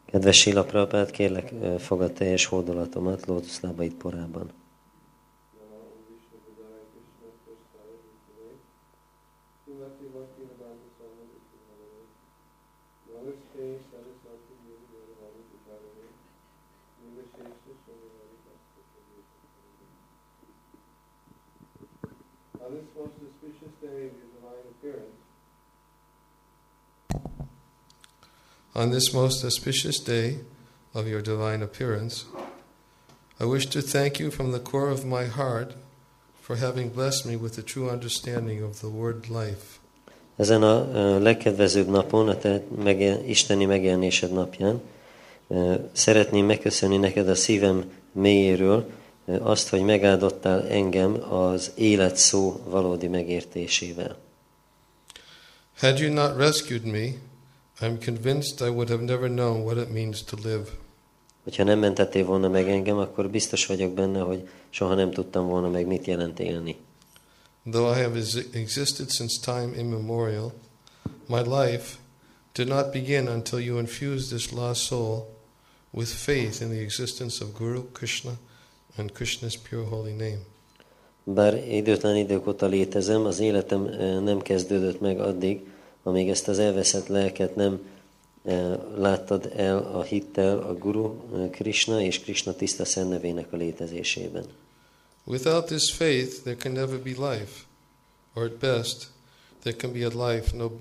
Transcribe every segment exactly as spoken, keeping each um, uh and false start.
Kedves Srila Prabhupád, kérlek, fogad teljes hódolatomat lótuszlábaid porában. On this most auspicious day of your divine appearance, I wish to thank you from the core of my heart for having blessed me with the true understanding of the word life. Ezen a legkedvezőbb napon, a te mege, isteni megjelenésed napján, szeretném megköszönni neked a szívem mélyéről azt, hogy megáldottál engem az élet szó valódi megértésével. Had you not rescued me, I'm convinced I would have never known what it means to live. Hogyha nem mentettél volna meg engem, akkor biztos vagyok benne, hogy soha nem tudtam volna meg, mit jelent élni. Though I have existed since time immemorial, my life did not begin until you infused this lost soul with faith in the existence of Guru Krishna and Krishna's pure holy name. Bár időtlen idők óta létezem, az életem nem kezdődött meg addig, amíg ezt az elveszett lelket nem láttad el a hittel a Guru, Krishna és Krishna tiszta szent nevének a létezésében. Without this faith, there can never be life, or at best, there can be a life no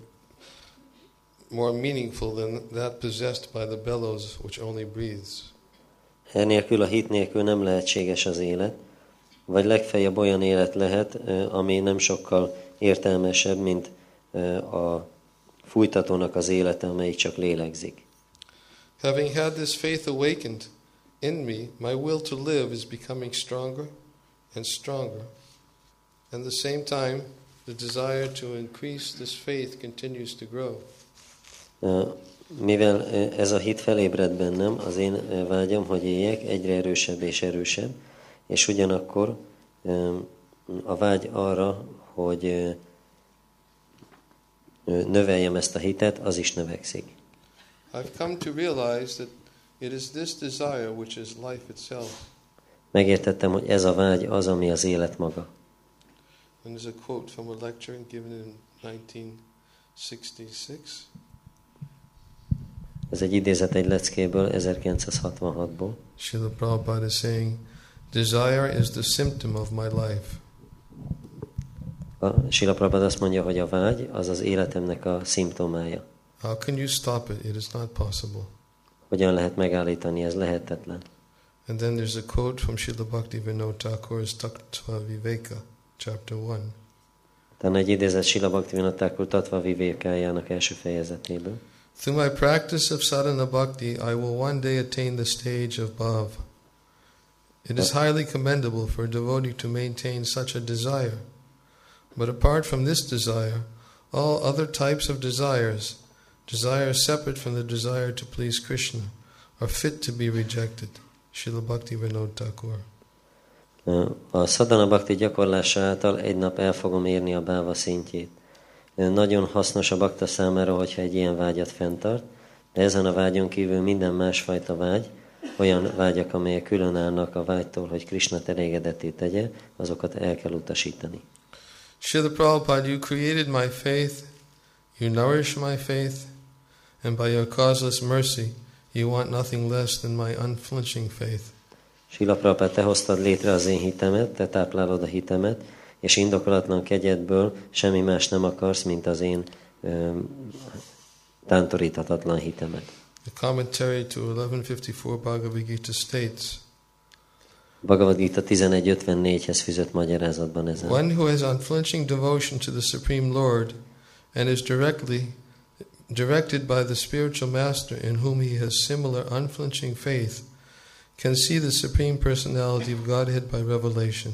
more meaningful than that possessed by the bellows which only breathes. Ennélkül, a hit nélkül nem lehetséges az élet, vagy legfeljebb olyan élet lehet, ami nem sokkal értelmesebb, mint a fújtatónak az élete, amelyik csak lélegzik. Having had this faith awakened in me, my will to live is becoming stronger and stronger. And at the same time, the desire to increase this faith continues to grow. Mivel ez a hit felébred bennem, az én vágyam, hogy éljek egyre erősebb és erősebb, és ugyanakkor a vágy arra, hogy növeljem ezt a hitet, az is növekszik. I've come to realize that it is this desire which is life itself. Megértettem, hogy ez a vágy az, ami az élet maga. And there's a quote from a lecture given in nineteen sixty-six. Ez egy idézet egy leckéből, ezerkilencszázhatvanhatból. Srila Prabhupada is saying, desire is the symptom of my life. A Srila Prabhupada azt mondja, hogy a vágy az az életemnek a szimptomája. How can you stop it? It is not possible. Hogyan lehet megállítani? Ez lehetetlen. And then there's a quote from Srila Bhaktivinoda Thakur's Tattva Viveka, chapter one. Utána egy idézet Srila Bhaktivinoda Thakur Tattva Vivekájának első fejezetéből. Through my practice of sadhana bhakti, I will one day attain the stage of bhav. It is highly commendable for a devotee to maintain such a desire. But apart from this desire, all other types of desires, desires separate from the desire to please Krishna, are fit to be rejected. Srila Bhaktivinoda Thakur. A sadhana bhakti gyakorlása által egy nap el fogom érni a báva szintjét. Nagyon hasznos a bakta számára, hogyha egy ilyen vágyat fenntart, de ezen a vágyon kívül minden másfajta vágy, olyan vágyak, amelyek különállnak a vágytól, hogy Krishnát elégedetté tegye, azokat el kell utasítani. Srila Prabhupada, you created my faith, you nourish my faith, and by your causeless mercy, you want nothing less than my unflinching faith. Srila Prabhupada, te hoztad létre az én hitemet, te táplálod a hitemet, és indokolatlan kegyedből semmi más nem akarsz, mint az én um, tántoríthatatlan hitemet. The commentary to eleven fifty-four Bhagavad Gita states, Bhagavad Gita tizenegy ötvennégyhez fűzött magyarázatban ezen. One who has unflinching devotion to the Supreme Lord and is directly directed by the spiritual master in whom he has similar unflinching faith can see the Supreme Personality of Godhead by revelation.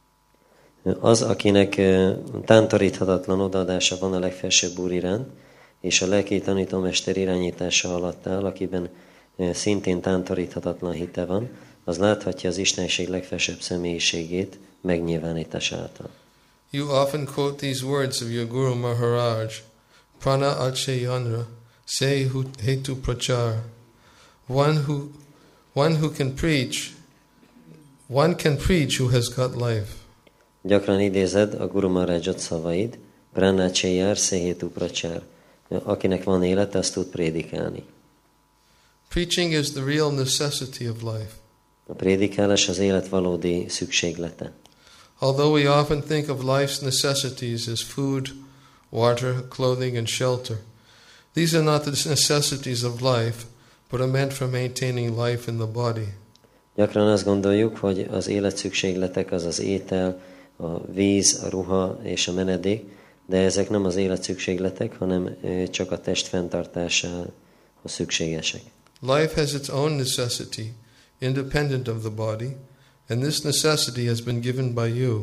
Az, akinek tántoríthatatlan odaadása van a legfelsőbb Úr iránt, és a lelki tanítómester irányítása alatt áll, akiben szintén tántoríthatatlan hite van, az láthatja az Istenség legfelsőbb személyiségét megnyilvánítás által. You often quote these words of your Guru Maharaj, Prana Ache Yanra, Se Hetu Prachar. one who, one who can preach, one can preach who has got life. Gyakran idézed a Guru Maharajot szavaid, Pranacséjár Széhétu Pracsár. Akinek van élete, azt tud prédikálni. Preaching is the real necessity of life. A prédikálás az élet valódi szükséglete. Although we often think of life's necessities as food, water, clothing, and shelter, these are not the necessities of life, but are meant for maintaining life in the body. Gyakran azt gondoljuk, hogy az élet szükségletek az az étel, a víz, a ruha és a menedék, de ezek nem az élet szükségletek, hanem csak a test fenntartásához szükségesek. Life has its own necessity, independent of the body, and this necessity has been given by you.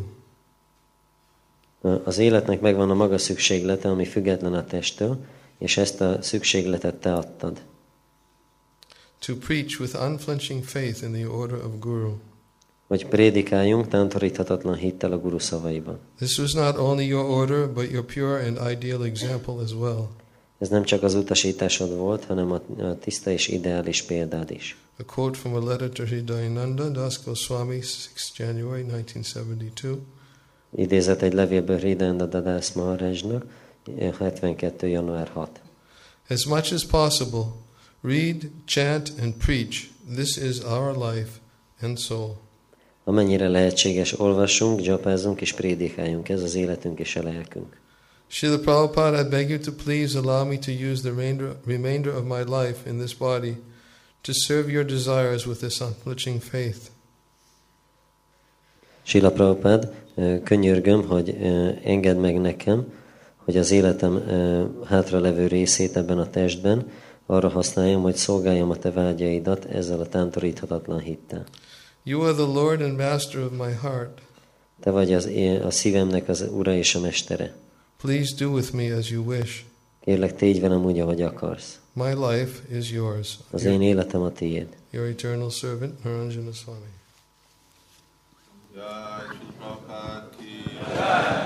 Az életnek megvan a maga szükséglete, ami független a testtől, és ezt a szükségletet te adtad. To preach with unflinching faith in the order of Guru. Hogy prédikáljunk tántoríthatatlan hittel a Guru szavaiban. This was not only your order, but your pure and ideal example as well. Ez nem csak az utasításod volt, hanem a tiszta és ideális példád is. A quote from a letter to Hridayananda Das Goswami, sixth January nineteen seventy-two. Idézett egy levélből Hridayananda Das Maharajnak, hetvenkettő január hatodika. As much as possible, read, chant and preach. This is our life and soul. Amennyire lehetséges, olvassunk, dzsapázzunk és prédikáljunk. Ez az életünk és a lelkünk. Srila Prabhupada, I beg you to please allow me to use the remainder, remainder of my life in this body to serve your desires with this unflinching faith. Srila Prabhupada, könyörgöm, hogy engedd meg nekem, hogy az életem hátralevő részét ebben a testben arra használjam, hogy szolgáljam a te vágyaidat ezzel a tántoríthatatlan hittel. You are the Lord and Master of my heart. Te vagy az, a szívemnek az Ura és a Mestere. Please do with me as you wish. Kérlek, tégy velem úgy, ahogy akarsz. My life is yours. Az én életem a tiéd. Your eternal servant, Naranjana Swami. Jai Shri Prabhupada ki.